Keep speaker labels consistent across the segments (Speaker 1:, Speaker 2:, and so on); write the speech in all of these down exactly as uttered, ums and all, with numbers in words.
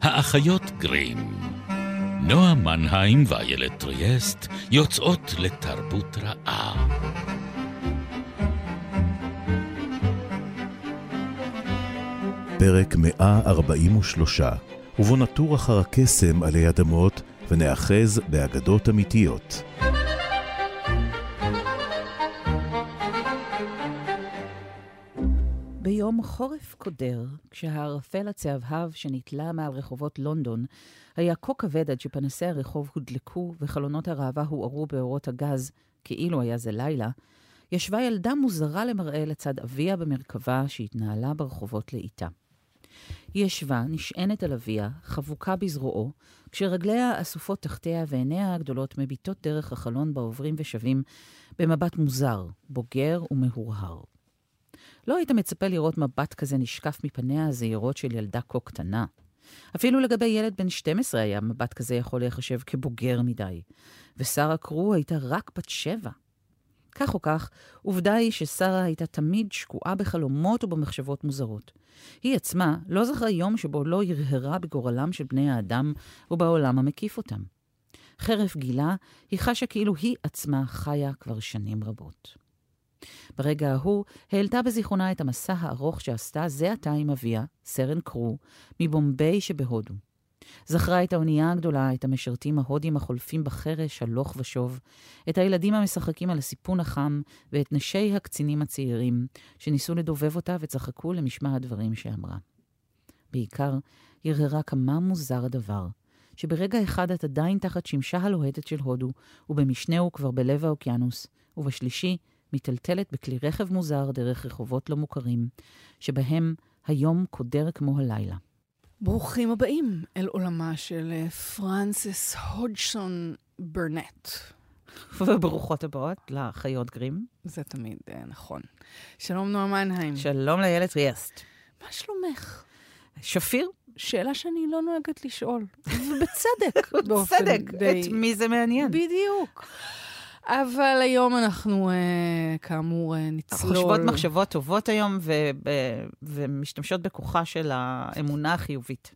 Speaker 1: האחיות גרים. נועה מנהיים ואיילת טריאסט יוצאות לתרבות רעה.
Speaker 2: פרק מאה ארבעים ושלוש, ובו נטור אחר הקסם עלי אדמות ונאחז באגדות אמיתיות.
Speaker 3: ביום חורף קודר, כשהערפל הצהבהב שנתלה מעל רחובות לונדון היה כה כבד עד שפנסי הרחוב הודלקו וחלונות הראווה הוארו באורות הגז, כאילו היה זה לילה, ישבה ילדה מוזרה למראה לצד אביה במרכבה שהתנהלה ברחובות לאיתה. היא ישבה, נשענת על אביה, חבוקה בזרועו, כשרגליה אסופות תחתיה ועיניה הגדולות מביטות דרך החלון בעוברים ושבים במבט מוזר, בוגר ומהורהר. לא היית מצפה לראות מבט כזה נשקף מפניה הזהירות של ילדה כה קטנה. אפילו לגבי ילד בן שתים עשרה היה מבט כזה יכול להיחשב כבוגר מדי, ושרה קרו הייתה רק בת שבע. כך או כך, עובדה היא ששרה הייתה תמיד שקועה בחלומות ובמחשבות מוזרות. היא עצמה לא זכרה יום שבו לא הרהרה בגורלם של בני האדם ובעולם המקיף אותם. חרף גילה, היא חשה כאילו היא עצמה חיה כבר שנים רבות. ברגע ההוא העלתה בזיכרונה את המסע הארוך שעשתה זה עתה עם אביה, סרן קרו, מבומביי שבהודו. זכרה את האונייה הגדולה, את המשרתים ההודים החולפים בחרש, הלוך ושוב, את הילדים המשחקים על הסיפון החם, ואת נשי הקצינים הצעירים, שניסו לדובב אותה וצחקו למשמע הדברים שאמרה. בעיקר, הרהרה כמה מוזר הדבר, שברגע אחד את עדיין תחת שמשה הלוהטת של הודו, ובמשנהו כבר בלב האוקיינוס, ובשלישי, מטלטלת בכלי רכב מוזר דרך רחובות לא מוכרים, שבהם היום קודר כמו הלילה.
Speaker 4: ברוכים הבאים אל עולמה של פרנסס הודג'סון ברנט.
Speaker 3: וברוכות הבאות לחיות גרים.
Speaker 4: זה תמיד נכון. שלום נועה מנהיים.
Speaker 3: שלום לאיילת טריאסט.
Speaker 4: מה שלומך?
Speaker 3: שפיר?
Speaker 4: שאלה שאני לא נוהגת לשאול. ובצדק.
Speaker 3: בצדק. די... את מי זה מעניין?
Speaker 4: בדיוק. אבל היום אנחנו, uh, כאמור, uh, נצלול.
Speaker 3: אנחנו חושבות מחשבות טובות היום, ו- ב- ומשתמשות בכוחה של האמונה החיובית.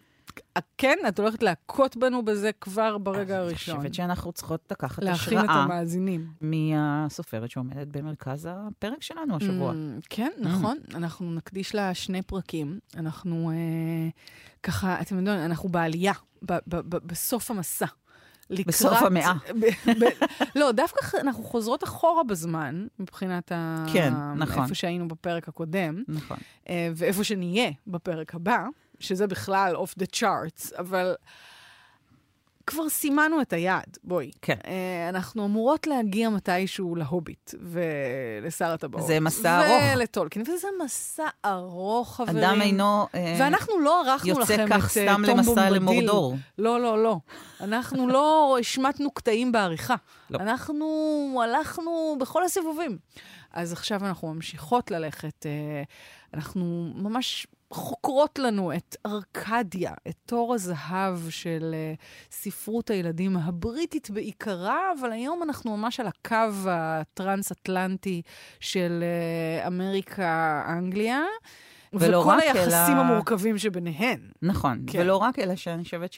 Speaker 4: כן? את הולכת להכות בנו בזה כבר ברגע הראשון.
Speaker 3: אני חושבת שאנחנו צריכות לקחת השראה.
Speaker 4: להכין את המאזינים.
Speaker 3: מהסופרת שעומדת במרכז הפרק שלנו השבוע.
Speaker 4: Mm, כן, נכון. Mm. אנחנו נקדיש לה שני פרקים. אנחנו uh, ככה, אתם יודעים, אנחנו בעלייה, ב- ב- ב- בסוף המסע. לקראת,
Speaker 3: בסוף המאה.
Speaker 4: ב- ב- לא, דווקא אנחנו חוזרות אחורה בזמן, מבחינת ה...
Speaker 3: כן, נכון.
Speaker 4: איפה שהיינו בפרק הקודם.
Speaker 3: נכון.
Speaker 4: ואיפה שנהיה בפרק הבא, שזה בכלל off the charts, אבל כבר סימנו את היעד, בואי.
Speaker 3: כן.
Speaker 4: אנחנו אמורות להגיע מתישהו להוביט ולשר הטבעות.
Speaker 3: זה מסע ארוך.
Speaker 4: ולטולקין, וזה מסע ארוך, חברים.
Speaker 3: אדם אינו...
Speaker 4: ואנחנו לא ערכנו לכם את
Speaker 3: יוצא כך סתם למסע למורדור.
Speaker 4: לא, לא, לא. אנחנו לא השמטנו קטעים בעריכה.
Speaker 3: לא.
Speaker 4: אנחנו הלכנו בכל הסיבובים. אז עכשיו אנחנו ממשיכות ללכת, אנחנו ממש חוקרות לנו את ארקדיה, את תור הזהב של ספרות הילדים הבריטית בעיקרה, אבל היום אנחנו ממש על הקו הטרנס-אטלנטי של אמריקה-אנגליה, וכל היחסים אלא... המורכבים שביניהן.
Speaker 3: נכון,
Speaker 4: כן.
Speaker 3: ולא רק, אלא שאני חושבת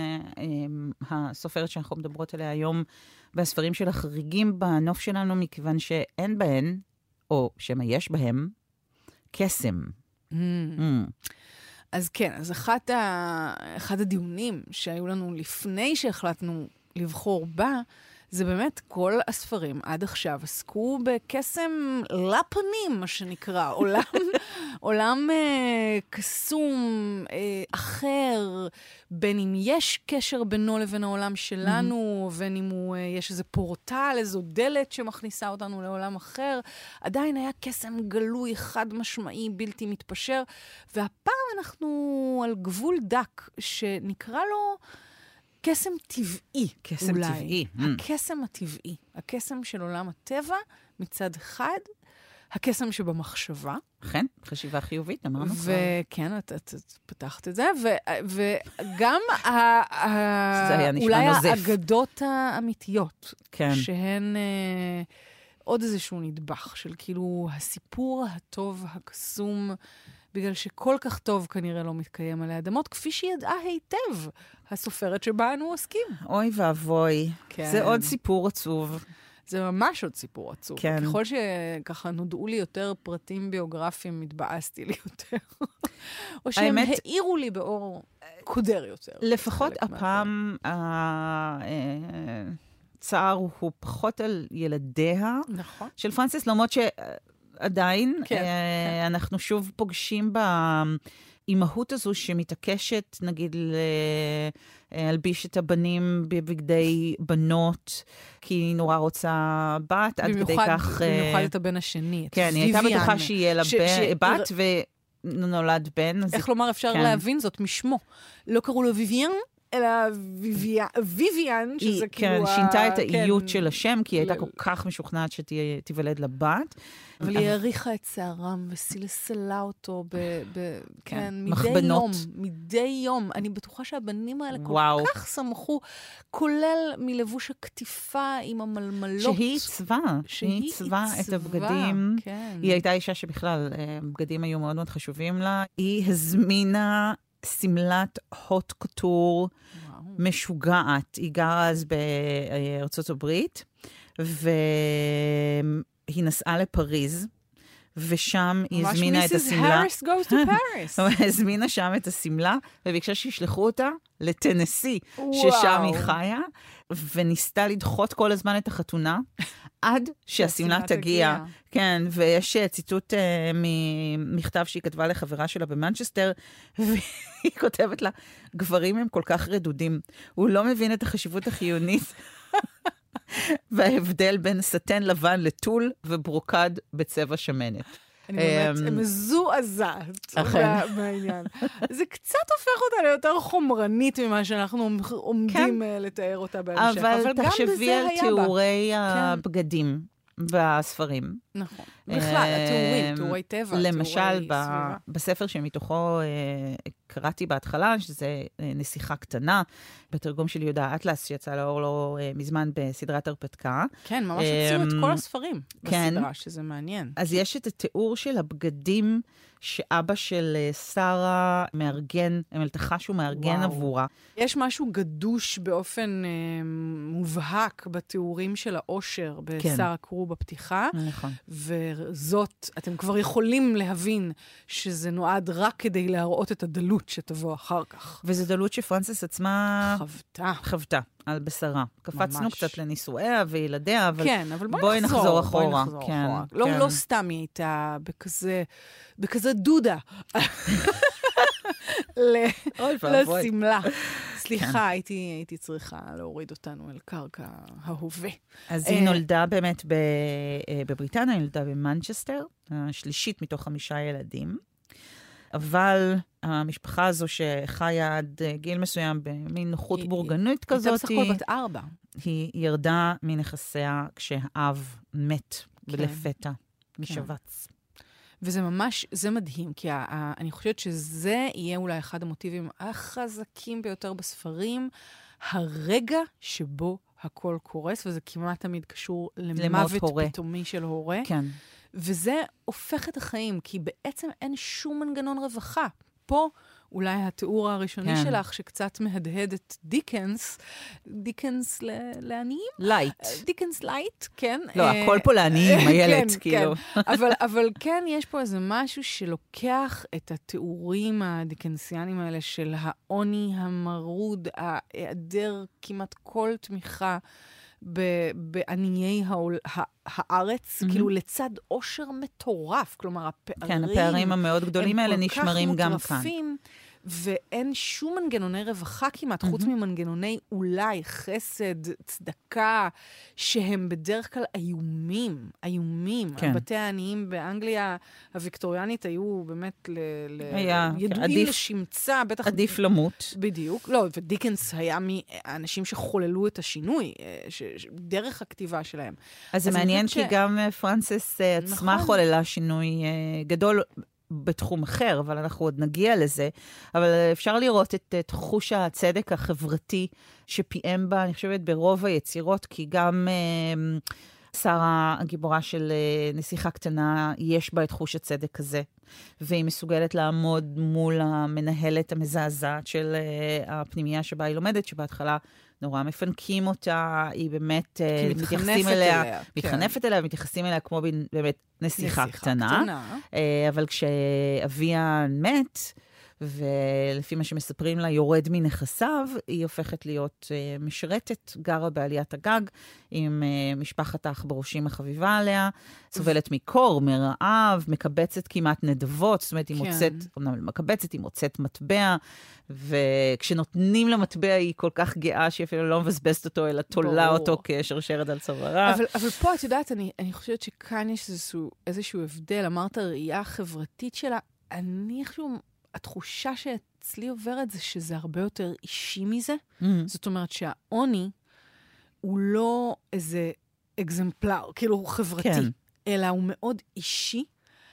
Speaker 3: שהסופרת שאנחנו מדברות עליה היום, והספרים של החריגים בנוף שלנו, מכיוון שאין בהן, או שמה יש בהם, קסם.
Speaker 4: Mm. Mm. אז כן, אז אחת ה... אחד הדיונים שהיו לנו לפני שהחלטנו לבחור בה, זה באמת כל הספרים עד עכשיו עסקו בקסם לפנים, מה שנקרא, עולם, עולם אה, קסום אה, אחר, בין אם יש קשר בינו לבין העולם שלנו, mm-hmm. בין אם הוא, אה, יש איזה פורטל, איזו דלת שמכניסה אותנו לעולם אחר, עדיין היה קסם גלוי, חד משמעי, בלתי מתפשר, והפעם אנחנו על גבול דק, שנקרא לו... קסם טבעי,
Speaker 3: קסם
Speaker 4: אולי.
Speaker 3: טבעי.
Speaker 4: הקסם הטבעי. הקסם של עולם הטבע מצד אחד, הקסם שבמחשבה.
Speaker 3: כן, חשיבה חיובית, אמרנו.
Speaker 4: וכן, את, את, את פתחת את זה, ו, וגם ה,
Speaker 3: זה היה נשמע
Speaker 4: אולי
Speaker 3: נוזף.
Speaker 4: האגדות האמיתיות,
Speaker 3: כן.
Speaker 4: שהן אה, עוד איזשהו נדבך של כאילו הסיפור הטוב, הקסום, בגלל שכל כך טוב כנראה לא מתקיים עלי אדמות, כפי שהיא ידעה היטב, הסופרת שבה אנו עוסקים.
Speaker 3: אוי ואבוי,
Speaker 4: כן.
Speaker 3: זה עוד סיפור עצוב.
Speaker 4: זה ממש עוד סיפור עצוב.
Speaker 3: כן.
Speaker 4: ככל שככה נודעו לי יותר פרטים ביוגרפיים, התבאסתי לי יותר. או שהם
Speaker 3: האמת...
Speaker 4: העירו לי באור קודר יותר.
Speaker 3: לפחות הפעם הצער הוא פחות על ילדיה.
Speaker 4: נכון.
Speaker 3: של פרנסס, למרות שעדיין
Speaker 4: כן, כן.
Speaker 3: אנחנו שוב פוגשים באימהות הזו שמתעקשת, נגיד, להלביש את הבנים בבגדי בנות, כי היא נורא רוצה בת, עד כדי כך...
Speaker 4: במיוחד את הבן השני, את
Speaker 3: כן, היא הייתה בטוחה שיהיה לה בת, ונולד בן.
Speaker 4: איך לומר, אפשר להבין זאת משמו. לא קראו לו ויביאן, אלא ויביאן, שזה כאילו...
Speaker 3: כן, שינתה את האיות של השם, כי היא הייתה כל כך משוכנעת שתיוולד לבת.
Speaker 4: אבל היא העריכה את שערם וסילסלה אותו מדי יום, מדי יום. אני בטוחה שהבנים האלה כל כך שמחו, כולל מלבוש הכתיפה עם המלמלות.
Speaker 3: שהיא עיצבה, שהיא עיצבה את הבגדים. היא הייתה אישה שבכלל, בגדים היו מאוד מאוד חשובים לה. היא הזמינה סמלת הוט קוטור משוגעת. היא גרה אז בארצות הברית, והיא נסעה לפריז, ושם היא הזמינה את הסמלה.
Speaker 4: מיסיס האריס goes to Paris.
Speaker 3: הזמינה שם את הסמלה, וביקשה שישלחו אותה לטנסי, ששם היא חיה, וניסתה לדחות כל הזמן את החתונה, עד שהסמלה תגיע. כן, ויש ציטוט ממכתב שהיא כתבה לחברה שלה במנצ'סטר, והיא כותבת לה, גברים הם כל כך רדודים, הוא לא מבין את החשיבות החיונית, וההבדל בין סטן לבן לטול וברוקד בצבע שמנת.
Speaker 4: אני באמת מזועזעת מהעניין. זה קצת הופך אותה ליותר חומרנית ממה שאנחנו עומדים לתאר אותה בהמשך.
Speaker 3: אבל תחשבי על תיאורי הבגדים בספרים.
Speaker 4: נכון. בכלל, התיאורים, תיאורי טבע.
Speaker 3: למשל, בספר שמתוכו קראתי בהתחלה, שזה נסיכה קטנה, בתרגום של יהודה אטלס, שיצא לאור לו מזמן בסדרת הרפתקה.
Speaker 4: כן, ממש הוציאו את כל הספרים בסדרה, שזה מעניין.
Speaker 3: אז יש את התיאור של הבגדים שאבא של שרה מארגן, מלתחה שהוא מארגן עבורה.
Speaker 4: יש משהו גדוש באופן אה, מובהק בתיאורים של האושר בשרה קרו בפתיחה.
Speaker 3: נכון.
Speaker 4: וזאת, אתם כבר יכולים להבין שזה נועד רק כדי להראות את הדלות שתבוא אחר כך.
Speaker 3: וזו דלות שפרנסס עצמה
Speaker 4: חוותה.
Speaker 3: חוותה על בשרה. קפצנו ממש. קצת לנישואיה וילדיה, אבל,
Speaker 4: כן, אבל בואי,
Speaker 3: בואי
Speaker 4: נחזור,
Speaker 3: נחזור אחורה.
Speaker 4: בואי נחזור
Speaker 3: כן,
Speaker 4: אחורה.
Speaker 3: כן.
Speaker 4: לא, לא סתם היא הייתה בכזה, בכזה דודה. לסמלה. סליחה, הייתי, הייתי צריכה להוריד אותנו אל קרקע ההווה.
Speaker 3: אז היא נולדה באמת בבריטניה, היא נולדה במנצ'סטר, השלישית מתוך חמישה ילדים. אבל המשפחה הזו שחיה עד גיל מסוים במין נוחות בורגנית כזאת,
Speaker 4: היא הייתה בסך הכל בת ארבע.
Speaker 3: היא ירדה מנכסיה כשהאב מת לפתע, משבץ.
Speaker 4: וזה ממש, זה מדהים, כי אני חושבת שזה יהיה אולי אחד המוטיבים החזקים ביותר בספרים, הרגע שבו הכל קורס, וזה כמעט תמיד קשור למוות פתאומי של הורה.
Speaker 3: כן.
Speaker 4: וזה הופך את החיים, כי בעצם אין שום מנגנון רווחה. פה אולי התיאור הראשוני כן. שלך, שקצת מהדהד את דיקנס, דיקנס לעניים?
Speaker 3: לייט.
Speaker 4: דיקנס לייט, כן.
Speaker 3: לא, הכל פה לעניים, הילד,
Speaker 4: כן,
Speaker 3: כאילו.
Speaker 4: כן. אבל, אבל כן, יש פה איזה משהו שלוקח את התיאורים הדיקנסיאנים האלה של העוני המרוד, ההיעדר כמעט כל תמיכה, בעניי הארץ, כאילו לצד עושר מטורף, כלומר, הפערים...
Speaker 3: כן, הפערים המאוד גדולים האלה נשמרים גם כאן.
Speaker 4: ואין שום מנגנוני רווחה כמעט, חוץ ממנגנוני אולי חסד, צדקה, שהם בדרך כלל איומים, איומים. בתי העניים באנגליה הוויקטוריאנית היו באמת ידועים לשמצה.
Speaker 3: עדיף למות.
Speaker 4: בדיוק. לא, ודיקנס היה מהאנשים שחוללו את השינוי, דרך הכתיבה שלהם.
Speaker 3: אז זה מעניין כי גם פרנסס עצמה חוללה שינוי גדול, בתחום אחר, אבל אנחנו עוד נגיע לזה. אבל אפשר לראות את, את חוש הצדק החברתי שפיים בה, אני חושבת, ברוב היצירות, כי גם אה, שרה, הגיבורה של נסיכה קטנה, יש בה את חוש הצדק הזה, והיא מסוגלת לעמוד מול המנהלת המזעזעת של הפנימייה שבה היא לומדת, שבהתחלה נורא מפנקים אותה, היא באמת מתייחסים אליה, אליה מתחנפת כן. אליה, מתייחסים אליה כמו באמת נסיכה, נסיכה קטנה. קטנה. אבל כשאביה מת, ולפי מה שמספרים לה, יורד מנכסיו, היא הופכת להיות uh, משרתת, גרה בעליית הגג, עם uh, משפחת האחברושים החביבה עליה, סובלת מקור, מרעב, מקבצת כמעט נדבות, זאת אומרת, היא כן. מוצאת, אומנם מקבצת, היא מוצאת מטבע, וכשנותנים לה מטבע, היא כל כך גאה, שהיא אפילו לא מבזבזת אותו, אלא תולה ברור. אותו כשרשרת על צווארה.
Speaker 4: אבל, אבל פה, את יודעת, אני, אני חושבת שכאן יש איזשהו, איזשהו הבדל, אמרת, הראייה החברתית שלה, אני חושב... התחושה שאצלי עוברת זה שזה הרבה יותר אישי מזה. Mm-hmm. זאת אומרת שהעוני הוא לא איזה אקזמפלר, כאילו הוא חברתי, כן. אלא הוא מאוד אישי,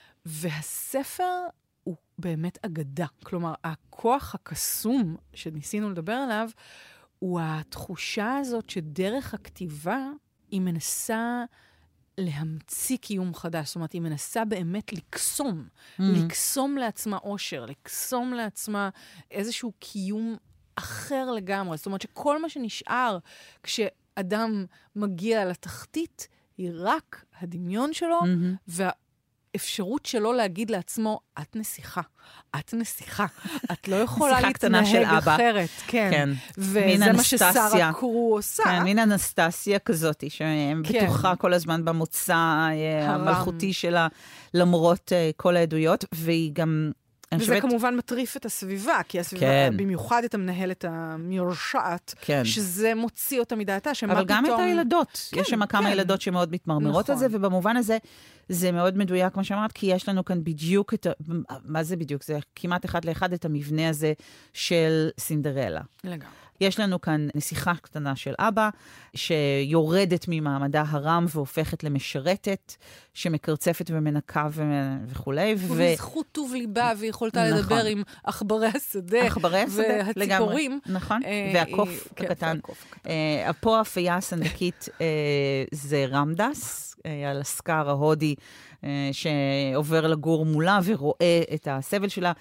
Speaker 4: והספר הוא באמת אגדה. כלומר, הכוח הקסום שניסינו לדבר עליו, הוא התחושה הזאת שדרך הכתיבה היא מנסה להמציא קיום חדש. זאת אומרת, היא מנסה באמת לקסום, mm-hmm. לקסום לעצמה אושר, לקסום לעצמה איזשהו קיום אחר לגמרי. זאת אומרת, שכל מה שנשאר כשאדם מגיע לתחתית, היא רק הדמיון שלו, mm-hmm. וה... אפשרות שלו להגיד לעצמו, את נסיכה, את נסיכה, את לא יכולה להתנהג אחרת. כן. כן. וזה מה ששרה קרו עושה.
Speaker 3: כן, מין אנסטסיה כזאת, שבטוחה כל הזמן במוצא המלכותי שלה, למרות כל העדויות, והיא גם...
Speaker 4: וזה חושבת... כמובן מטריף את הסביבה, כי הסביבה, כן. במיוחד את המנהלת המרשעת, כן. שזה מוציא אותה מדעתה, שמה
Speaker 3: אבל
Speaker 4: פתאום...
Speaker 3: גם את הילדות. כן, יש שם כמה כן. ילדות שמאוד מתמרמרות נכון. על זה, ובמובן הזה זה מאוד מדויק, כמו שאמרת, כי יש לנו כאן בדיוק את ה... מה זה בדיוק? זה כמעט אחד לאחד את המבנה הזה של סינדרלה.
Speaker 4: לגמרי.
Speaker 3: יש לנו כאן נסיכה קטנה של אבא, שיורדת ממעמדה הרם והופכת למשרתת, שמקרצפת ומנקה וכו'.
Speaker 4: ובזכות טוב ליבה, ויכולתה לדבר עם עכברי השדה.
Speaker 3: עכברי השדה,
Speaker 4: והציפורים.
Speaker 3: נכון, והקוף הקטן. פה הפייה הסנדקית זה רמדס, הלסקר ההודי, שעובר לגור מולה ורואה את הסבל שלה,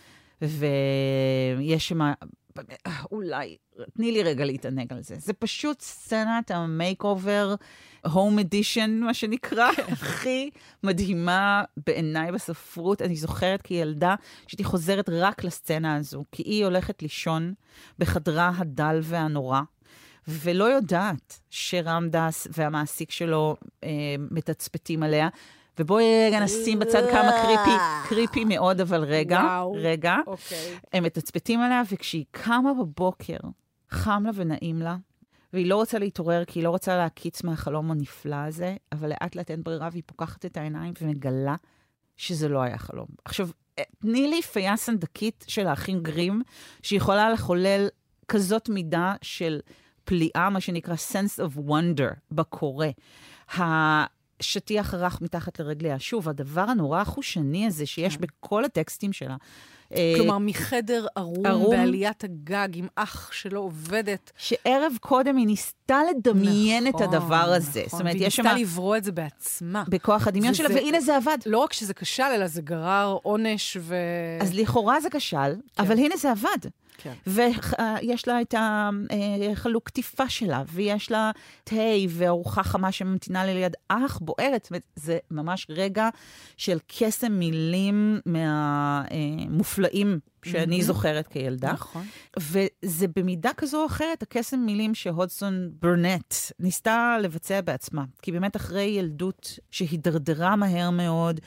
Speaker 3: ויש שם... אולי, תני לי רגע להתענג על זה. זה פשוט סצנת המייק-אובר, הום אדישן, מה שנקרא, הכי מדהימה בעיניי בספרות. אני זוכרת כילדה שהייתי חוזרת רק לסצנה הזו, כי היא הולכת לישון בחדרה הדל והנורא, ולא יודעת שרמדס והמעסיק שלו אה, מתצפתים עליה, ובואי רגע נשים בצד כמה קריפי, קריפי מאוד, אבל רגע, וואו. רגע. אוקיי. הם מתצפתים עליה, וכשהיא קמה בבוקר, חם לה ונעים לה, והיא לא רוצה להתעורר, כי היא לא רוצה להקיץ מהחלום הנפלא הזה, אבל לאט לאט אין ברירה, והיא פוקחת את העיניים ומגלה שזה לא היה חלום. עכשיו, תני לי פייה סנדקית של האחים גרים, שיכולה לחולל כזאת מידה של פליאה, מה שנקרא sense of wonder בקורא. שטיח רך מתחת לרגליה. שוב, הדבר הנורא החושני הזה שיש כן. בכל הטקסטים שלה.
Speaker 4: כלומר, מחדר ערום, ערום בעליית הגג עם אח שלא עובדת.
Speaker 3: שערב קודם היא ניסתה לדמיין נכון, את הדבר הזה.
Speaker 4: נכון, והיא ניסתה שמה... לברוא את זה בעצמה.
Speaker 3: בכוח הדמיון שלה, והנה זה עבד.
Speaker 4: לא רק שזה כשל, אלא זה גרר עונש ו...
Speaker 3: אז לכאורה זה כשל, כן. אבל הנה זה עבד. כן. ויש לה את החלוק כתיפה שלה, ויש לה תה וארוחה חמה שממתינה ליד אח בוערת. זה ממש רגע של קסם מילים מהמופלאים שאני זוכרת כילדה.
Speaker 4: נכון.
Speaker 3: וזה במידה כזו או אחרת, הקסם מילים שהודסון ברנט ניסתה לבצע בעצמה. כי באמת אחרי ילדות שהידרדרה מהר מאוד,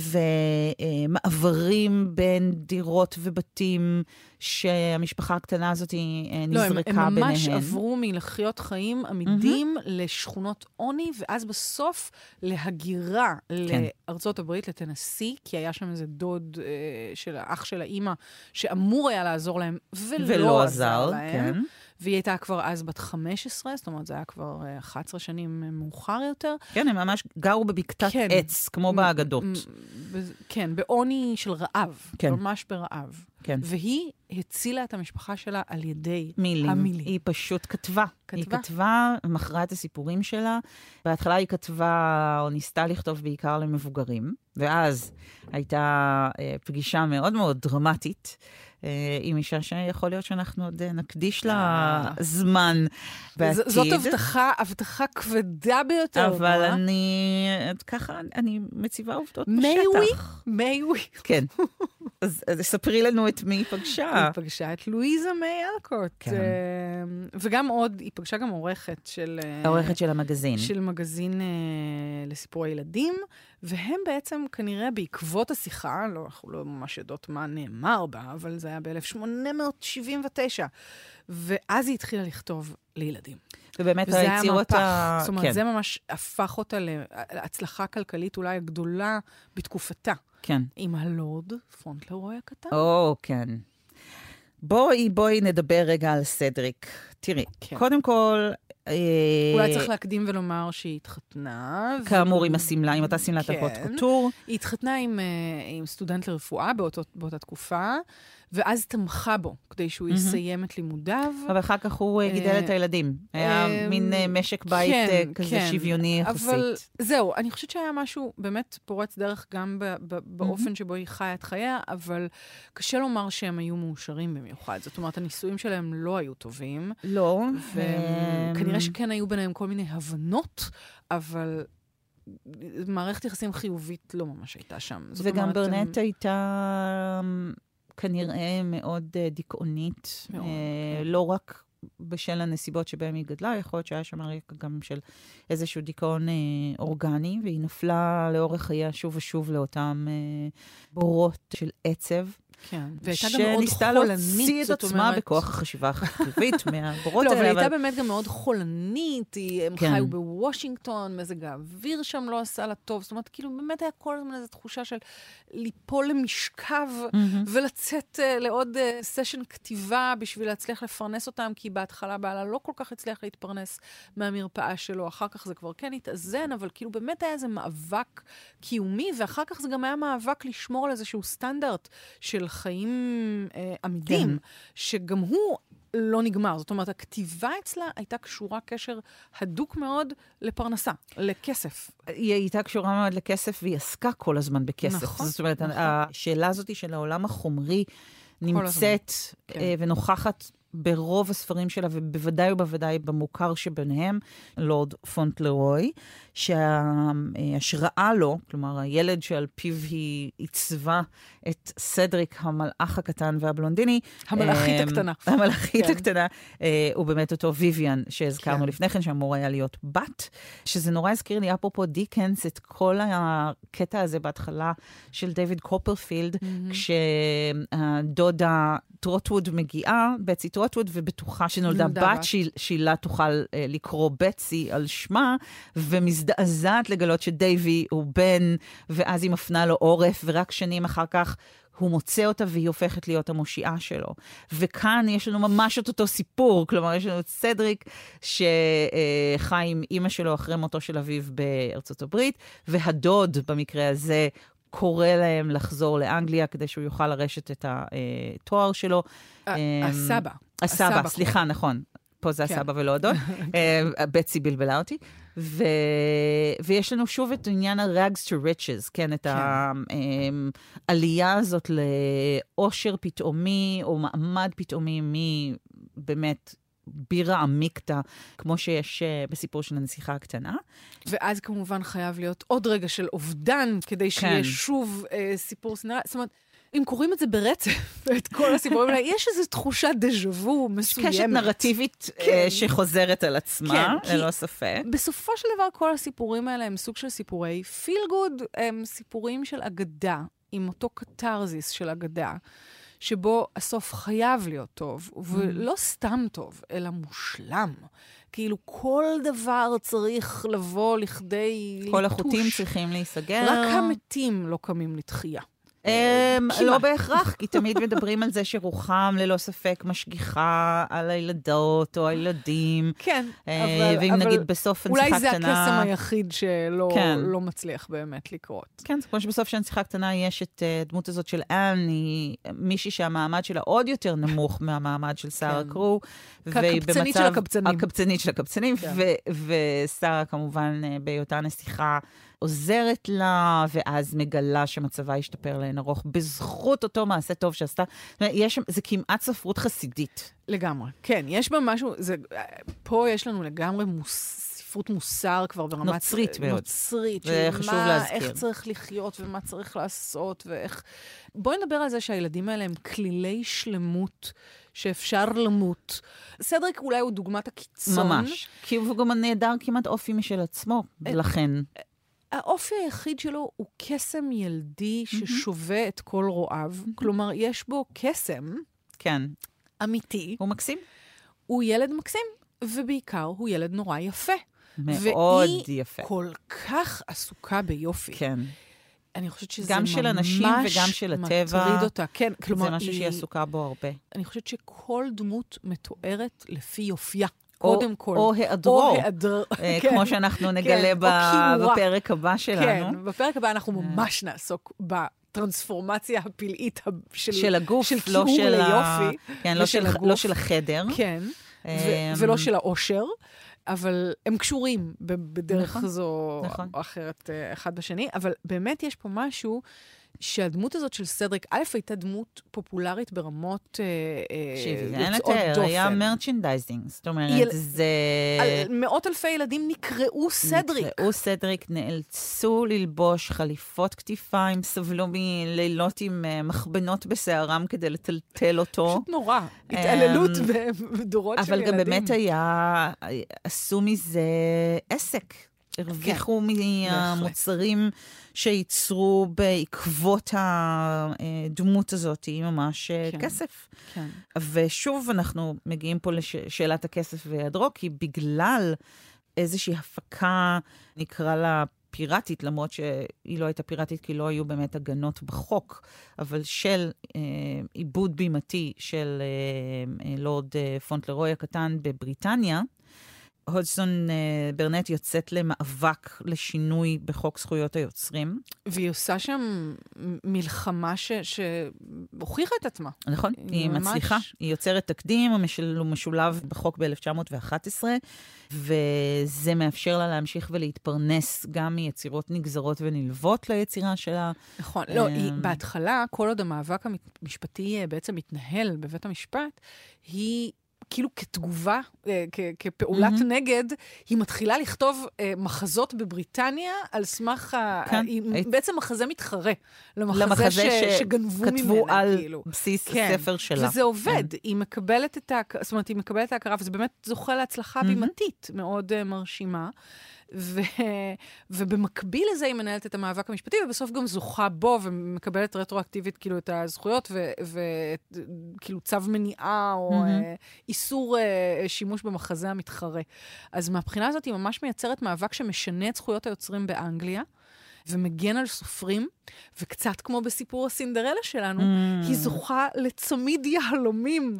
Speaker 3: ומעברים בין דירות ובתים, שהמשפחה הקטנה הזאת נזרקה ביניהן.
Speaker 4: לא, הם, הם ממש עברו מלחיות חיים עמידים mm-hmm. לשכונות עוני, ואז בסוף להגירה כן. לארצות הברית, לטנסי, כי היה שם איזה דוד אה, של האח של האמא, שאמור היה לעזור להם, ולא, ולא עזר להם. כן. והיא הייתה כבר אז בת חמש עשרה, זאת אומרת, זה היה כבר אחת עשרה שנים מאוחר יותר.
Speaker 3: כן, הם ממש גרו בבקתת כן. עץ, כמו באגדות.
Speaker 4: כן, בעוני של רעב, כן. ממש ברעב.
Speaker 3: כן.
Speaker 4: והיא הצילה את המשפחה שלה על ידי
Speaker 3: מילים.
Speaker 4: המילים.
Speaker 3: היא פשוט כתבה.
Speaker 4: כתבה.
Speaker 3: היא כתבה, מכרה את הסיפורים שלה. בהתחלה היא כתבה, או ניסתה לכתוב בעיקר למבוגרים, ואז הייתה אה, פגישה מאוד מאוד דרמטית, אה, עם אישה שיכול להיות שאנחנו עוד נקדיש לה זמן בעתיד.
Speaker 4: זאת הבטחה, הבטחה כבדה ביותר.
Speaker 3: אבל אני, ככה, אני מציבה עובדות
Speaker 4: מיווי?
Speaker 3: בשטח.
Speaker 4: מיווי.
Speaker 3: כן. אז, אז ספרי לנו את מי היא פגשה.
Speaker 4: היא פגשה את לואיזה מיי אלקוט.
Speaker 3: כן.
Speaker 4: וגם עוד, היא פגשה גם עורכת של...
Speaker 3: העורכת של המגזין.
Speaker 4: של מגזין לסיפורי ילדים, והם בעצם כנראה בעקבות השיחה, לא, אנחנו לא ממש יודעות מה נאמר בה, אבל זה היה ב-אלף שמונה מאות שבעים ותשע, ואז היא התחילה לכתוב לילדים.
Speaker 3: ובאמת
Speaker 4: וזה היה
Speaker 3: הציר
Speaker 4: מהפך.
Speaker 3: אותה...
Speaker 4: זאת אומרת,
Speaker 3: כן.
Speaker 4: זה ממש הפך אותה להצלחה כלכלית אולי הגדולה בתקופתה.
Speaker 3: כן.
Speaker 4: עם הלורד פונטלרוי הקטן.
Speaker 3: או, כן. בואי, בואי נדבר רגע על סדריק. תראי,
Speaker 4: כן.
Speaker 3: קודם כל...
Speaker 4: אולי צריך להקדים ולומר שהיא התחתנה.
Speaker 3: כאמור, עם הסמלה, עם אותה סמלת
Speaker 4: כן.
Speaker 3: הקוט קוטור.
Speaker 4: היא התחתנה עם, עם סטודנט לרפואה באותו, באותה תקופה, ואז תמכה בו כדי שהוא יסיים את לימודיו.
Speaker 3: אבל אחר כך הוא גידל את הילדים. היה מין משק בית כזה שוויוני יחסית.
Speaker 4: אבל זהו, אני חושבת שהיה משהו באמת פורץ דרך גם באופן שבו היא חיה את חייה, אבל קשה לומר שהם היו מאושרים במיוחד. זאת אומרת, הנישואים שלהם לא היו טובים.
Speaker 3: לא.
Speaker 4: וכנראה שכן היו ביניהם כל מיני הבנות, אבל... מערכת יחסים חיובית לא ממש הייתה שם.
Speaker 3: וגם ברנט הייתה כנראה מאוד דיכאונית, לא רק בשל הנסיבות שבהם היא גדלה, יכול להיות שהיה שם רקע גם של איזשהו דיכאון אורגני, והיא נפלה לאורך חייה שוב ושוב לאותם בורות של עצב.
Speaker 4: כן, והייתה גם מאוד חולנית.
Speaker 3: שניסתה להוציא את עצמה בכוח החשיבה החיובית מהבורות
Speaker 4: האלה.
Speaker 3: לא,
Speaker 4: אבל הייתה באמת גם מאוד חולנית, הם חיו בוושינגטון, מזג האוויר שם לא עשה לה טוב, זאת אומרת, כאילו באמת היה כל הזמן איזו תחושה של ליפול למשכב, ולצאת לעוד סשן כתיבה בשביל להצליח לפרנס אותם, כי בהתחלה בעלה לא כל כך הצליח להתפרנס מהמרפאה שלו, אחר כך זה כבר כן התאזן, אבל כאילו באמת היה איזה מאבק קיומי, ואחר כך זה גם היה מאבק לשמור על איזשהו סטנדרט של חיים אה, עמידים, כן. שגם הוא לא נגמר. זאת אומרת, הכתיבה אצלה הייתה קשורה קשר הדוק מאוד לפרנסה, לכסף.
Speaker 3: היא הייתה קשורה מאוד לכסף, והיא עסקה כל הזמן בכסף.
Speaker 4: נכון.
Speaker 3: זאת אומרת,
Speaker 4: נכון.
Speaker 3: השאלה הזאת של העולם החומרי נמצאת
Speaker 4: כן.
Speaker 3: אה, ונוכחת ברוב הספרים שלה, ובוודאי ובוודאי במוכר שביניהם, לורד פונטלרוי, שההשראה לו, כלומר, הילד שעל פיו היא עיצבה את סדריק, המלאך הקטן והבלונדיני.
Speaker 4: המלאכית הקטנה.
Speaker 3: המלאכית הקטנה, הוא באמת אותו ויויאן שהזכרנו לפני כן, שאמור היה להיות בת, שזה נורא הזכיר לי, אפרופו דיקנס, את כל הקטע הזה בהתחלה של דיוויד קופרפילד, כשהדודה טרוטווד מגיעה, בצי טרוטווד, ובטוחה שנולדה בת, שאילה תוכל לקרוא בצי על שמה, ומזדעזעת לגלות שדייבי הוא בן, ואז היא מפנה לו עורף, ורק שנים אחר כך הוא מוצא אותה, והיא הופכת להיות המושיעה שלו. וכאן יש לנו ממש את אותו סיפור, כלומר, יש לנו את סדריק, שחי עם אימא שלו אחרי מותו של אביו בארצות הברית, והדוד במקרה הזה, קורא להם לחזור לאנגליה, כדי שהוא יוכל לרשת את התואר שלו.
Speaker 4: הסבא.
Speaker 3: הסבא, סליחה, נכון. פה זה הסבא ולא הדוד. בצי בלבלה אותי. ויש לנו שוב את עניין ה-rags to riches, כן, את העלייה הזאת לאושר פתאומי, או מעמד פתאומי מבאמת בירה עמיקתא, כמו שיש בסיפור של הנסיכה הקטנה.
Speaker 4: ואז כמובן חייב להיות עוד רגע של אובדן, כדי שיהיה שוב סיפור סנריה. זאת אומרת, אם קוראים את זה ברצף, את כל הסיפורים האלה, יש איזו תחושה דז'וו מסוימת.
Speaker 3: קשת נרטיבית שחוזרת על עצמה, ללא ספק.
Speaker 4: בסופו של דבר, כל הסיפורים האלה הם סוג של סיפורי פיל גוד, הם סיפורים של אגדה, עם אותו קטרזיס של אגדה, שבו הסוף חייב להיות טוב, ולא סתם טוב, אלא מושלם. כאילו כל דבר צריך לבוא לכדי ליטוש.
Speaker 3: כל החוטים צריכים להיסגר.
Speaker 4: רק המתים לא קמים לתחייה.
Speaker 3: לא בהכרח, כי תמיד מדברים על זה שרוחם ללא ספק משגיחה על הילדות או הילדים.
Speaker 4: כן,
Speaker 3: ואם נגיד בסוף הנציחה קטנה...
Speaker 4: אולי זה הקסם היחיד שלא מצליח באמת לקרות.
Speaker 3: כן, זה כמו שבסוף שהנציחה קטנה יש את הדמות הזאת של אן, היא מישהי שהמעמד שלה עוד יותר נמוך מהמעמד של שרה קרו.
Speaker 4: כקבצנית של הקבצנים.
Speaker 3: הקבצנית של הקבצנים, ושרה כמובן בהיותה נסיכה עוזרת לה, ואז מגלה שמצבה ישתפר לאין ארוך, בזכות אותו מעשה טוב שעשתה. יש, זה כמעט ספרות חסידית.
Speaker 4: לגמרי. כן, יש בה משהו, זה, פה יש לנו לגמרי מוס, ספרות מוסר כבר ברמת...
Speaker 3: נוצרית מאוד.
Speaker 4: נוצרית.
Speaker 3: זה חשוב להזכיר.
Speaker 4: איך צריך לחיות ומה צריך לעשות, ואיך... בואי נדבר על זה שהילדים האלה הם כלילי שלמות, שאפשר למות. סדריק אולי הוא דוגמת הקיצון.
Speaker 3: ממש. כי הוא גם נהדר כמעט אופי משל עצמו, לכן...
Speaker 4: האופי היחיד שלו הוא קסם ילדי ששווה את כל רועיו. כלומר, יש בו קסם.
Speaker 3: כן.
Speaker 4: אמיתי.
Speaker 3: הוא מקסים.
Speaker 4: הוא ילד מקסים, ובעיקר הוא ילד נורא יפה.
Speaker 3: מאוד יפה.
Speaker 4: והיא כל כך עסוקה ביופי.
Speaker 3: כן.
Speaker 4: אני חושבת שזה
Speaker 3: גם
Speaker 4: ממש
Speaker 3: של אנשים וגם של הטבע.
Speaker 4: מטריד אותה. כן, כלומר,
Speaker 3: זה משהו שהיא עסוקה בו הרבה.
Speaker 4: אני חושבת שכל דמות מתוארת לפי יופייה. קודם כל.
Speaker 3: או היעדרו.
Speaker 4: או היעדר.
Speaker 3: כמו שאנחנו נגלה בפרק הבא שלנו.
Speaker 4: כן, בפרק הבא אנחנו ממש נעסוק בטרנספורמציה הפלאית
Speaker 3: של הגוף,
Speaker 4: של קיום ליופי.
Speaker 3: כן, לא של החדר.
Speaker 4: כן, ולא של האושר. אבל הם קשורים בדרך זו או אחרת אחד בשני. אבל באמת יש פה משהו שהדמות הזאת של סדריק, א' הייתה דמות פופולרית ברמות יוצאות דופן.
Speaker 3: היה מרצ'נדייזינג, זאת אומרת, זה...
Speaker 4: מאות אלפי ילדים נקראו סדריק.
Speaker 3: נקראו סדריק, נאלצו ללבוש חליפות כתפיים, סבלו מלילות עם מחבנות בשערם כדי לטלטל אותו.
Speaker 4: פשוט נורא, התעללות בדורות של ילדים.
Speaker 3: אבל גם באמת היה, עשו מזה עסק. הרוויחו מהמוצרים שייצרו בעקבות הדמות הזאת, היא ממש כסף. ושוב אנחנו מגיעים פה לשאלת הכסף והיעדרו, כי בגלל איזושהי הפקה, נקרא לה פיראטית, למרות שהיא לא הייתה פיראטית, כי לא היו באמת הגנות בחוק, אבל של עיבוד בימתי של לורד פונטלרוי הקטן בבריטניה, הודסון ברנט יוצאת למאבק לשינוי בחוק זכויות היוצרים.
Speaker 4: והיא עושה שם מלחמה שהוכיחה את עצמה.
Speaker 3: נכון, היא, היא ממש... מצליחה. היא יוצרת תקדים, הוא משולב בחוק ב-אלף תשע מאות ואחת עשרה, וזה מאפשר לה להמשיך ולהתפרנס גם מיצירות נגזרות ונלוות ליצירה שלה.
Speaker 4: נכון, לא, היא, בהתחלה, כל עוד המאבק המשפטי בעצם מתנהל בבית המשפט, היא... כאילו כתגובה, כ- כפעולת mm-hmm. נגד, היא מתחילה לכתוב אה, מחזות בבריטניה על סמך, כן, ה- היא, היית... בעצם מחזה מתחרה, למחזה, למחזה ש- ש- שגנבו ממנה.
Speaker 3: כתבו על
Speaker 4: כאילו.
Speaker 3: בסיס
Speaker 4: כן.
Speaker 3: הספר שלה.
Speaker 4: וזה עובד, כן. היא מקבלת את ההכרה, זאת אומרת, היא מקבלת את ההכרה, וזה באמת זוכה להצלחה mm-hmm. בימתית, מאוד uh, מרשימה. ו... ובמקביל לזה היא מנהלת את המאבק המשפטי, ובסוף גם זוכה בו ומקבלת רטרואקטיבית כאילו את הזכויות, וכאילו צו מניעה או mm-hmm. איסור שימוש במחזה המתחרה. אז מהבחינה הזאת היא ממש מייצרת מאבק שמשנה את זכויות היוצרים באנגליה, ומגן על סופרים, וקצת כמו בסיפור הסינדרלה שלנו, mm. היא זוכה לצמיד יהלומים,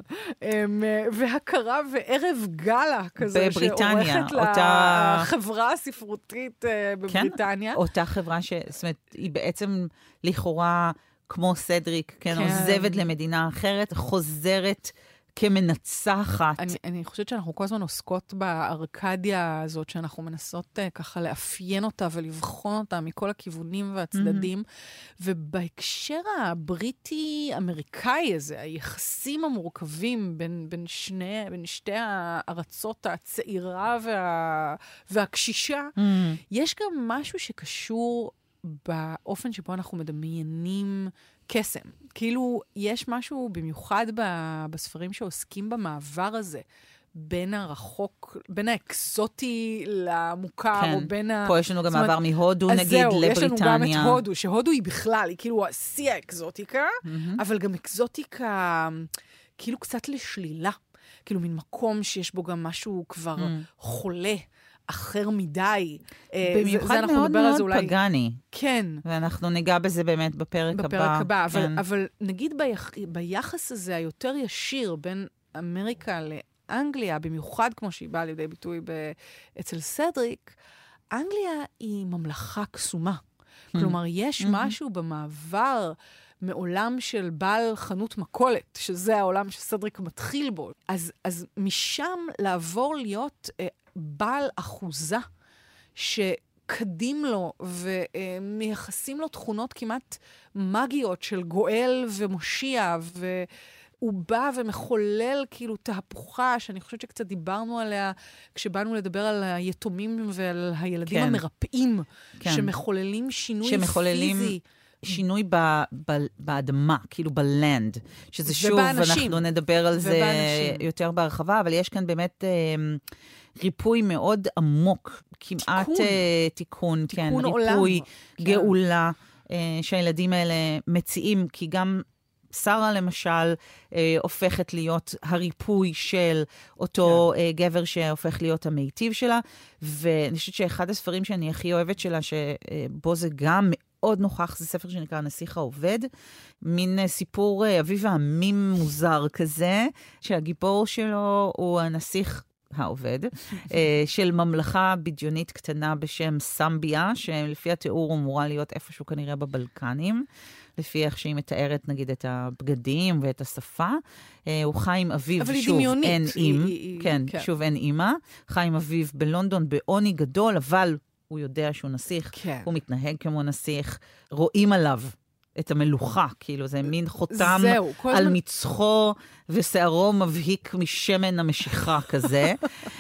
Speaker 4: והכרה וערב גלה כזה,
Speaker 3: בבריטניה,
Speaker 4: שעורכת
Speaker 3: אותה...
Speaker 4: לחברה הספרותית בבריטניה.
Speaker 3: כן, אותה חברה ש... זאת אומרת, היא בעצם לכאורה כמו סדריק, כן, כן. עוזבת למדינה אחרת, חוזרת... כמנצחת.
Speaker 4: אני, אני חושבת שאנחנו כל הזמן עוסקות בארקדיה הזאת, שאנחנו מנסות uh, ככה לאפיין אותה ולבחון אותה מכל הכיוונים והצדדים, mm-hmm. ובהקשר הבריטי-אמריקאי הזה, היחסים המורכבים בין, בין, שני, בין שתי הארצות הצעירה וה, והקשישה, mm-hmm. יש גם משהו שקשור באופן שבו אנחנו מדמיינים קסם. כאילו, יש משהו במיוחד ב- בספרים שעוסקים במעבר הזה, בין הרחוק, בין האקזוטי למוכר,
Speaker 3: כן.
Speaker 4: או בין ה...
Speaker 3: פה יש לנו גם מעבר אומרת, מהודו, נגיד, זהו, לבריטניה.
Speaker 4: יש לנו גם את הודו, שהודו היא בכלל, היא כאילו השיא האקזוטיקה, mm-hmm. אבל גם אקזוטיקה, כאילו קצת לשלילה. כאילו, מין מקום שיש בו גם משהו כבר mm. חולה, אחר מדי.
Speaker 3: במיוחד מאוד מאוד אולי... פגני.
Speaker 4: כן.
Speaker 3: ואנחנו ניגע בזה באמת בפרק,
Speaker 4: בפרק
Speaker 3: הבא.
Speaker 4: בפרק הבא,
Speaker 3: כן.
Speaker 4: אבל, אבל נגיד ביח, ביחס הזה היותר ישיר בין אמריקה לאנגליה, במיוחד כמו שהיא באה לידי ביטוי ב, אצל סדריק, אנגליה היא ממלכה קסומה. Mm-hmm. כלומר, יש mm-hmm. משהו במעבר מעולם של בעל חנות מכולת, שזה העולם שסדריק מתחיל בו. אז, אז משם לעבור להיות אה, בעל אחוזה, שקדים לו ומייחסים לו תכונות כמעט מגיות של גואל ומושיע, והוא בא ומחולל כאילו תהפוכה, שאני חושבת שקצת דיברנו עליה, כשבאנו לדבר על היתומים ועל הילדים כן. המרפאים, כן. שמחוללים שינוי
Speaker 3: שמחוללים...
Speaker 4: פיזי.
Speaker 3: שינוי ב, ב, באדמה, כאילו בלנד, שזה שוב, אנחנו נדבר על זה יותר בהרחבה, אבל יש כאן באמת אה, ריפוי מאוד עמוק, כמעט תיקון, אה, תיקון,
Speaker 4: תיקון
Speaker 3: כן,
Speaker 4: עולם.
Speaker 3: ריפוי,
Speaker 4: כן.
Speaker 3: גאולה, אה, שהילדים האלה מציעים, כי גם שרה למשל אה, הופכת להיות הריפוי של אותו כן. אה, גבר שהופך להיות המיטיב שלה, ואני חושבת שאחד הספרים שאני הכי אוהבת שלה, שבו זה גם מאוד נוכח, זה ספר שנקרא הנסיך העובד, מין סיפור אביב העמים מוזר כזה, שהגיבור שלו הוא הנסיך העובד, של ממלכה בדיונית קטנה בשם סמביה, שלפי התיאור אמורה להיות איפשהו כנראה בבלקנים, לפי איך שהיא מתארת נגיד את הבגדים ואת השפה. הוא חי עם אביו, שוב אין עם, כן, שוב אין אימא, חי עם אביו בלונדון בעוני גדול, אבל הוא יודע שהוא נסיך, כן. הוא מתנהג כמו נסיך, רואים עליו את המלוכה, כאילו זה מין חותם זהו, על זמן... מצחו, ושערו מבהיק משמן המשיכה כזה.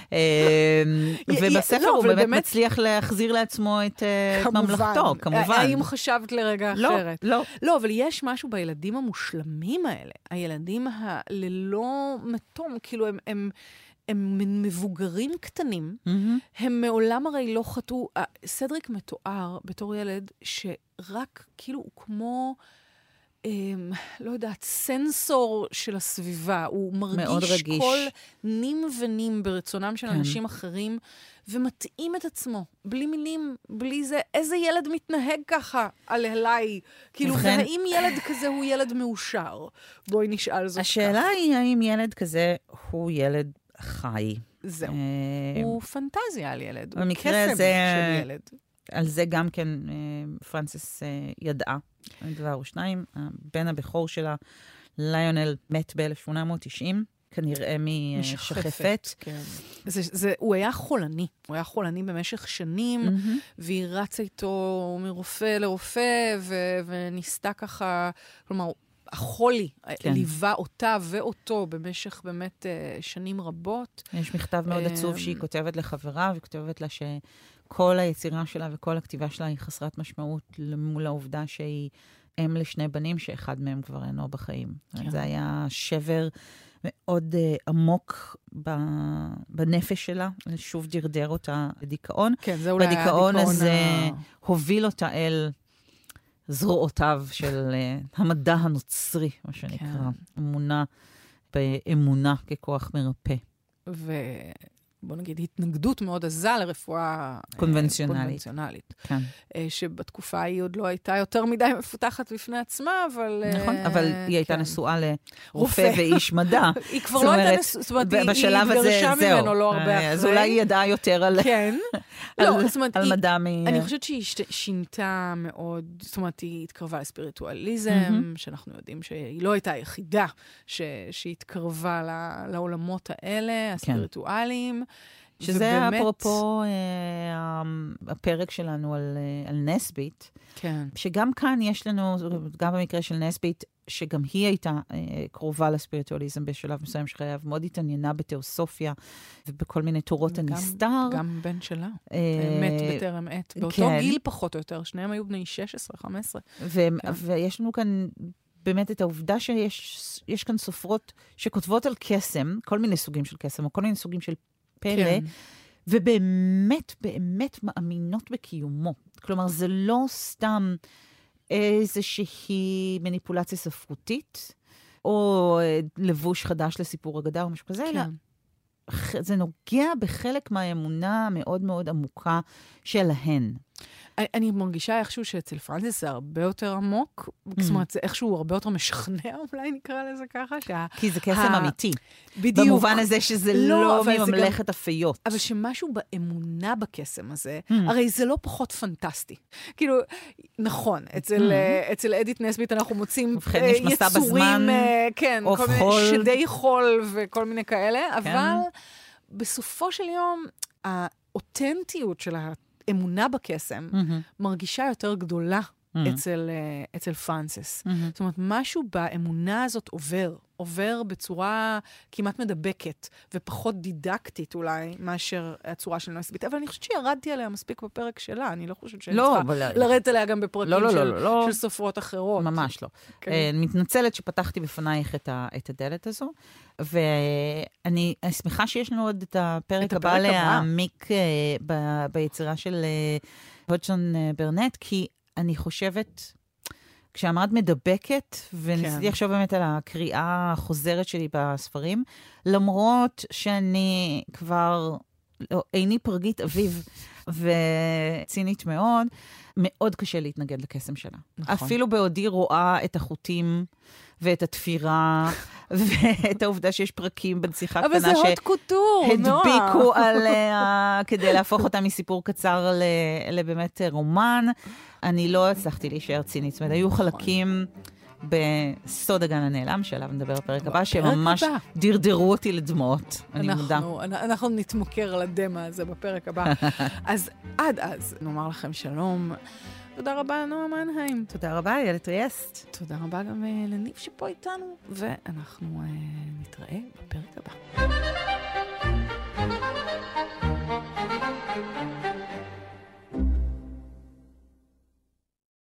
Speaker 3: ובספר לא, הוא באמת, באמת מצליח להחזיר לעצמו את כמובן. ממלכתו, כמובן.
Speaker 4: האם חשבת לרגע
Speaker 3: לא,
Speaker 4: אחרת?
Speaker 3: לא.
Speaker 4: לא, אבל יש משהו בילדים המושלמים האלה, הילדים הללא מתום, כאילו הם... הם הם מבוגרים קטנים, mm-hmm. הם מעולם הרי לא חטאו, סדריק מתואר בתור ילד שרק כאילו הוא כמו, אה, לא יודעת, סנסור של הסביבה, הוא מרגיש כל נים ונים ברצונם של כן. אנשים אחרים, ומתאים את עצמו, בלי מילים, בלי זה, איזה ילד מתנהג ככה על אליי? כאילו, ובכן, והאם ילד כזה הוא ילד מאושר? בואי נשאל זאת
Speaker 3: השאלה
Speaker 4: כך.
Speaker 3: היא, האם ילד כזה הוא ילד חי.
Speaker 4: זהו. הוא פנטזיה על ילד. הוא
Speaker 3: קסם
Speaker 4: של ילד.
Speaker 3: על זה גם כן פרנסס ידעה. דבר או שניים. הבן הבכור שלה, ליונל, מת ב-אלף שמונה מאות תשעים, כנראה משחפת.
Speaker 4: כן. זה, זה, הוא היה חולני. הוא היה חולני במשך שנים, mm-hmm. והיא רצה איתו מרופא לרופא, ו- וניסתה ככה, כלומר, החולי כן. ליווה אותה ואותו במשך באמת uh, שנים רבות.
Speaker 3: יש מכתב מאוד עצוב שהיא כותבת לחברה, והיא כותבת לה שכל היצירה שלה וכל הכתיבה שלה היא חסרת משמעות מול העובדה שהיא אם לשני בנים, שאחד מהם כבר אינו בחיים. כן. זה היה שבר מאוד uh, עמוק ב- בנפש שלה, שוב דרדר אותה לדיכאון.
Speaker 4: כן, זה אולי
Speaker 3: והדיכאון הזה
Speaker 4: ה...
Speaker 3: הוביל אותה אל זרועותיו של uh, המדע הנוצרי, מה שנקרא. כן. אמונה באמונה ככוח מרפא.
Speaker 4: ובוא נגיד, התנגדות מאוד עזה לרפואה
Speaker 3: קונבנציונלית.
Speaker 4: קונבנציונלית.
Speaker 3: כן.
Speaker 4: שבתקופה היא עוד לא הייתה יותר מדי מפותחת בפני עצמה, אבל...
Speaker 3: נכון, אבל היא הייתה נשואה לרופא ואיש מדע.
Speaker 4: היא כבר לא הייתה נשואה, זאת אומרת, היא התגרשה ממנו לא הרבה אחרי.
Speaker 3: אז אולי היא ידעה יותר על מדע מ...
Speaker 4: אני חושבת שהיא שינתה מאוד, זאת אומרת, היא התקרבה לספיריטואליזם, שאנחנו יודעים שהיא לא הייתה היחידה שהתקרבה לעולמות האלה, הספיריטואליים.
Speaker 3: שזה ובאמת... אפרופו אה, הפרק שלנו על, אה, על נסבית,
Speaker 4: כן.
Speaker 3: שגם כאן יש לנו, גם במקרה של נסבית, שגם היא הייתה אה, קרובה לספיריטואליזם בשלב מסוים שחייב, מאוד התעניינה בתיאוסופיה ובכל מיני תורות
Speaker 4: גם,
Speaker 3: הנסתר.
Speaker 4: גם בן שלה, אה, מת בטרם עת. באותו כן. גיל פחות או יותר, שניהם היו בני שש עשרה חמש עשרה.
Speaker 3: ו- כן. ויש לנו כאן... באמת את העובדה שיש יש כאן סופרות שכותבות על קסם, כל מיני סוגים של קסם, או כל מיני סוגים של פלא, כן. ובאמת, באמת מאמינות בקיומו. כלומר, זה לא סתם איזושהי מניפולציה ספרותית, או לבוש חדש לסיפור אגדה או משהו כזה,
Speaker 4: כן.
Speaker 3: אלא זה נוגע בחלק מהאמונה המאוד מאוד עמוקה שלהן.
Speaker 4: אני מרגישה איכשהו שאצל פרנסיס זה הרבה יותר עמוק, זאת אומרת, זה איכשהו הרבה יותר משכנע, אולי נקרא לזה ככה.
Speaker 3: כי זה קסם אמיתי.
Speaker 4: בדיוק.
Speaker 3: במובן הזה שזה לא מממלכת אפיות.
Speaker 4: אבל שמשהו באמונה בקסם הזה, הרי זה לא פחות פנטסטי. כאילו, נכון, אצל אדית נסבית אנחנו מוצאים יצורים, כן, כל מיני שדי חול וכל מיני כאלה, אבל בסופו של יום, האותנטיות של ה... אמונה בקסם, mm-hmm. מרגישה יותר גדולה mm-hmm. אצל, uh, אצל פרנסיס. Mm-hmm. זאת אומרת, משהו באמונה הזאת עובר, עובר בצורה כמעט מדבקת, ופחות דידקטית אולי, מאשר הצורה של נסבית. אבל אני חושבת שירדתי עליה מספיק בפרק שלה, אני לא חושבת שאני
Speaker 3: לא,
Speaker 4: צריכה
Speaker 3: אבל...
Speaker 4: לרדת עליה גם בפרקים
Speaker 3: לא, לא,
Speaker 4: של,
Speaker 3: לא, לא,
Speaker 4: של סופרות אחרות.
Speaker 3: ממש לא.
Speaker 4: כן.
Speaker 3: אני מתנצלת שפתחתי בפנייך את, ה, את הדלת הזו, ואני שמחה שיש לנו עוד את הפרק הבא
Speaker 4: הפרק
Speaker 3: להעמיק ב, ביצירה של הודג'סון ברנט, כי אני חושבת... כשאמרת מדבקת, וניסיתי כן. עכשיו באמת על הקריאה החוזרת שלי בספרים, למרות שאני כבר, לא, איני פרגית אביב, וצינית מאוד, מאוד קשה להתנגד לקסם שלה. נכון. אפילו בעודי רואה את החוטים, ואת התפירה, ואת העובדה שיש פרקים בנסיכה קטנה,
Speaker 4: אבל זה הוט קוטור,
Speaker 3: שהדביקו עליה, כדי להפוך אותה מסיפור קצר לבאמת רומן. אני לא הצלחתי להישאר צינית. זאת אומרת, היו חלקים בסוד הגן הנעלם, שעליו נדבר בפרק הבא, שממש דרדרו אותי לדמעות. אני מודה.
Speaker 4: אנחנו נתמוכר על הדמה הזה בפרק הבא. אז עד אז, נאמר לכם שלום. תודה רבה, נועה מנהיים.
Speaker 3: תודה רבה, איילת טריאסט.
Speaker 4: תודה רבה גם לניב שפה איתנו, ואנחנו נתראה בפרק הבא.